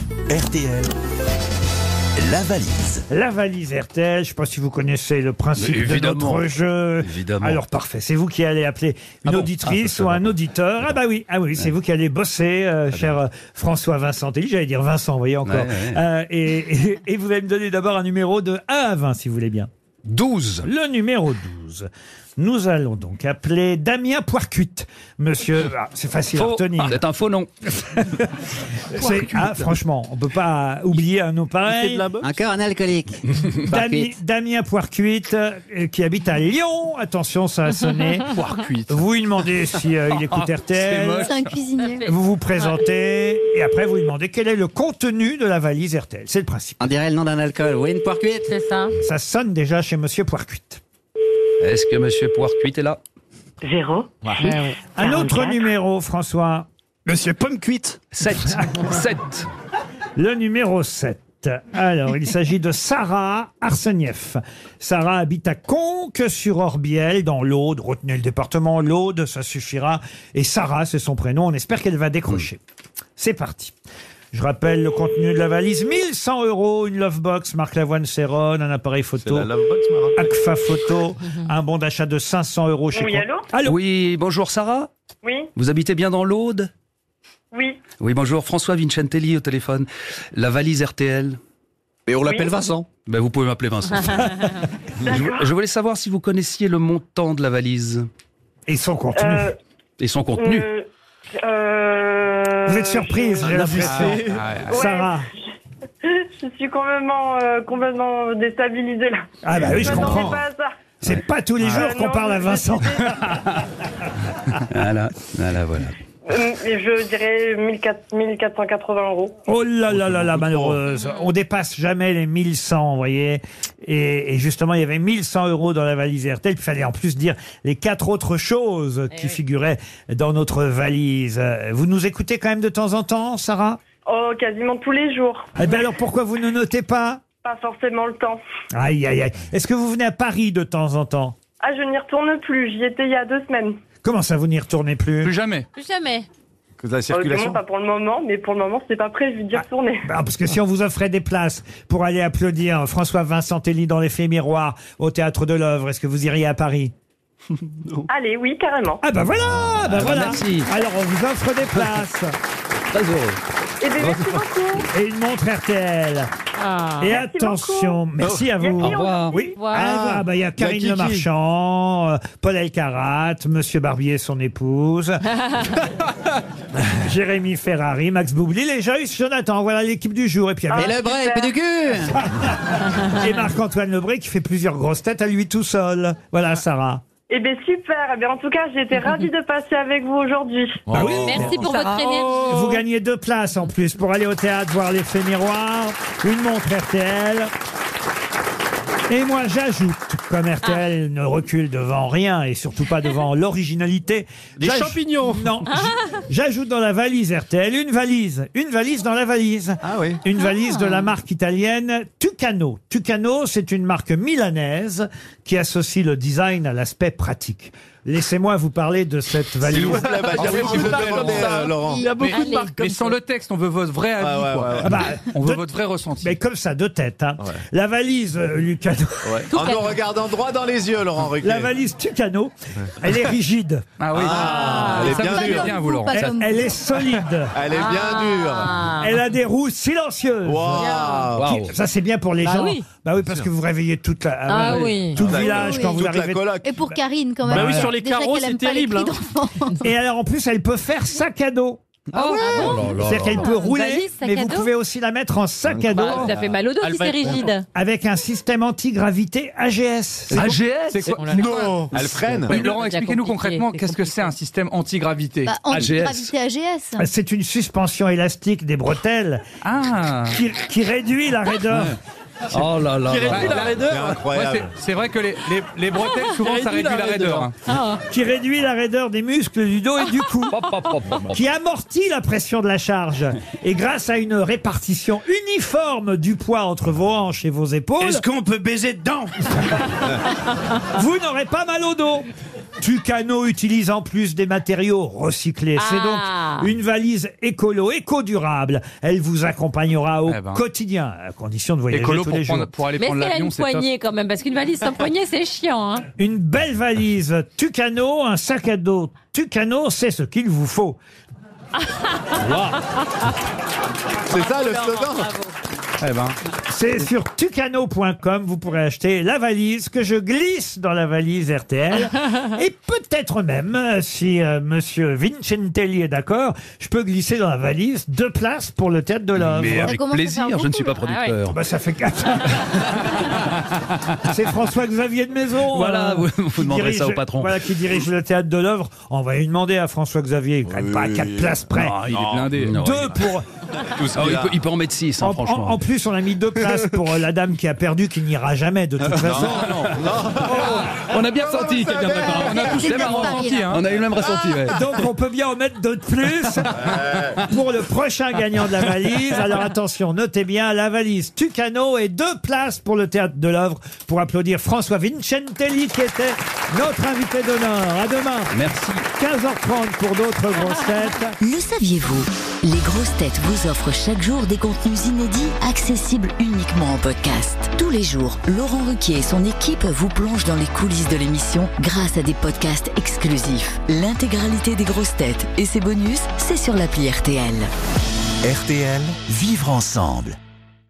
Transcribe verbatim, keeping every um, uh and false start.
R T L, la valise. La valise R T L, je ne sais pas si vous connaissez le principe de notre jeu. Évidemment. Alors parfait, c'est vous qui allez appeler une Ah bon auditrice ah, ou un auditeur. Ah bah oui, ah oui, c'est vous qui allez bosser, euh, cher euh, François Vincentelli, j'allais dire Vincent, vous voyez encore. Ouais, ouais. Euh, et, et, et vous allez me donner d'abord un numéro de un à vingt, si vous voulez bien. douze. Le numéro douze. Nous allons donc appeler Damien Poircuite. Monsieur, ah, c'est facile à retenir. C'est un faux nom. C'est- ah, franchement, on peut pas oublier un nom pareil. Encore un alcoolique. Dami- Damien Poircuite, euh, qui habite à Lyon. Attention, ça a sonné. Poircuite. Vous lui demandez si euh, il écoute R T L. C'est un cuisinier. Vous vous présentez et après vous lui demandez quel est le contenu de la valise R T L. C'est le principe. On dirait le nom d'un alcool. Oui, une poire cuite. C'est ça. Ça sonne déjà chez Monsieur Poircuite. Est-ce que Monsieur Poircuite est là? Zéro. Un autre quarante-quatre. numéro, François. Monsieur Pomme Cuite. sept. sept. Le numéro sept. Alors, il s'agit de Sarah Arsenieff. Sarah habite à Conques-sur-Orbiel, dans l'Aude. Retenez le département, l'Aude, ça suffira. Et Sarah, c'est son prénom. On espère qu'elle va décrocher. C'est parti. Je rappelle le contenu de la valise. mille cent euros, une Lovebox, Marc Lavoine Céron, un appareil photo, Agfa Photo, un bon d'achat de cinq cents euros chez Oui, Con- allô Allô. Oui, bonjour Sarah. Oui, Vous habitez bien dans l'Aude? oui. Oui, bonjour François Vincentelli au téléphone. La valise R T L. Et on l'appelle Vincent. Ben, vous pouvez m'appeler Vincent. je, je voulais savoir si vous connaissiez le montant de la valise Et son contenu. Euh, et son contenu. euh, euh, Vous êtes surprise, j'ai l'impression. Ouais. Sarah. Je suis complètement, euh, complètement déstabilisée là. Ah bah oui, je m'attendais comprends. pas à ça. C'est pas tous les jours Euh, qu'on non, parle à je- Vincent. Voilà, voilà, voilà. Euh, Je dirais mille quatre cent quatre-vingts euros. Oh là là là là, malheureuse. On dépasse jamais les mille cent, vous voyez. Et, et justement, il y avait mille cent euros dans la valise R T L. Il fallait en plus dire les quatre autres choses qui figuraient dans notre valise. Vous nous écoutez quand même de temps en temps, Sarah? Oh, quasiment tous les jours. Eh bien alors, pourquoi vous ne notez pas? Pas forcément le temps. Aïe, aïe, aïe. Est-ce que vous venez à Paris de temps en temps? Ah, je n'y retourne plus. J'y étais il y a deux semaines. Comment ça, vous n'y retournez plus? Plus jamais. Plus jamais. Que de la Euh, circulation. comment, pas pour le moment, mais pour le moment, c'est pas prévu d'y retourner. Ah, parce que si on vous offrait des places pour aller applaudir François Vincentelli dans l'effet miroir au Théâtre de l'Œuvre, est-ce que vous iriez à Paris? Allez, oui, carrément. Ah bah voilà, bah bah voilà. merci. Alors on vous offre des places Très heureux. Eh bien, merci beaucoup. et une montre R T L. Ah. Et Merci attention, merci à vous. Merci, Au revoir. Oui. Voilà. Ah bah il y a Karine Kiki. Le Marchand, euh, Paul Elkarat, Monsieur Barbier son épouse, Jérémy Ferrari, Max Boublil et Joyce Jonathan. Voilà l'équipe du jour. Et puis il y avait- Et le break super. du cul. et Marc-Antoine Lebré qui fait plusieurs grosses têtes à lui tout seul. Voilà Sarah. Eh bien, super. Eh bien, en tout cas, j'ai été ravie de passer avec vous aujourd'hui. Bah oui. Merci pour votre énergie. Vous gagnez deux places en plus pour aller au théâtre voir l'effet miroir, une montre R T L. Et moi, j'ajoute, comme R T L ne recule devant rien et surtout pas devant l'originalité. Des j'aj- champignons. Non, j- j'ajoute dans la valise R T L une valise. Une valise dans la valise. Ah oui. Une valise de la marque italienne Tucano. Tucano, c'est une marque milanaise qui associe le design à l'aspect pratique. Laissez-moi vous parler de cette valise. Laurent. Il y a beaucoup de marques Mais sans le texte, on veut votre vrai avis, Ah ouais, quoi. ouais, ouais. Ah bah, On veut de- votre vrai ressenti. mais comme ça, de tête. Hein. La valise euh, Lucano, En nous regardant droit dans les yeux, Laurent Ruquier. la valise Tucano, elle est rigide, Ah oui. Ah, elle est ça bien vous dure. plaît bien, vous, Laurent. Pas elle, comme elle vous. est solide, Elle est bien dure. Ah. elle a des roues silencieuses. Waouh. Qui- Ça c'est bien pour les Bah gens. oui. Bah oui, parce que vous réveillez toute la, Ah ouais, oui. tout le Ah, village oui. quand vous Toute la arrivez. coloc. Et pour Karine, quand même. Bah oui, sur les Déjà carreaux, qu'elle c'est aime pas les terrible, cris hein. d'enfants. Et alors en plus, elle peut faire sac à dos. Ah ouais. C'est-à-dire qu'elle peut rouler, valise, sac mais à vous dos. pouvez aussi la mettre en sac à dos. Bah, ça fait mal au dos si c'est rigide. Avec un système anti-gravité A G S. A G S C'est quoi Non. Elle freine. Oui, Laurent, C'est expliquez-nous compliqué, concrètement c'est qu'est-ce que compliqué. c'est un système anti-gravité. Bah, A G S. anti-gravité A G S. C'est une suspension élastique des bretelles Ah. qui, qui réduit la raideur. Oh là là. Qui là. réduit la raideur. C'est Ouais, incroyable. c'est- c'est vrai que les, les, les bretelles, souvent, ça réduit la raideur. hein. qui réduit la raideur des muscles du dos et du cou, Hop, hop, hop, hop, hop. qui amortit la pression de la charge. Et grâce à une répartition uniforme du poids entre vos hanches et vos épaules, qu'on peut baiser dedans? vous n'aurez pas mal au dos. Tucano utilise en plus des matériaux recyclés. C'est Ah. donc une valise écolo, éco-durable. Elle vous accompagnera au Eh ben. quotidien, à condition de voyager Écolo tous pour, les jours. prendre- pour aller Mais prendre c'est l'avion, une c'est top. poignée quand même, parce qu'une valise sans poignée, c'est chiant. Hein. Une belle valise Tucano, un sac à dos Tucano, c'est ce qu'il vous faut. C'est ça le slogan. Eh ben, C'est sur tucano point com, vous pourrez acheter la valise que je glisse dans la valise R T L. Et peut-être même, euh, si euh, monsieur Vincentelli est d'accord, je peux glisser dans la valise deux places pour le Théâtre de l'Œuvre. Mais avec commence à plaisir, faire je ne suis pas beaucoup, là. producteur. Bah, ça fait quatre. C'est François-Xavier de Maison. Voilà, vous- vous qui demanderez ça dirige- au patron. Voilà, qui dirige le Théâtre de l'Œuvre. On va lui demander à François-Xavier, quand même pas à quatre places près. Non, il est blindé. Non, Deux il- pour. Tout ce Ah, qu'il il, a. peut, il peut en mettre six, hein, En, franchement. en- en plus, on a mis deux places pour euh, la dame qui a perdu, qui n'ira jamais de toute façon. On a bien senti qu'il viendrait par on a tous C'est le même bien ressenti. Paris, Hein. On a eu le même ressenti, ouais. Donc on peut bien en mettre deux de plus pour le prochain gagnant de la valise. Alors attention, notez bien la valise Tucano et deux places pour le Théâtre de l'Œuvre pour applaudir François Vincentelli qui était notre invité d'honneur. À demain, Merci. quinze heures trente pour d'autres grosses têtes. Le saviez-vous? Les grosses têtes vous offrent chaque jour des contenus inédits accessibles uniquement en podcast. Tous les jours, Laurent Ruquier et son équipe vous plongent dans les coulisses de l'émission grâce à des podcasts exclusifs. L'intégralité des grosses têtes et ses bonus, c'est sur l'appli R T L. R T L, vivre ensemble.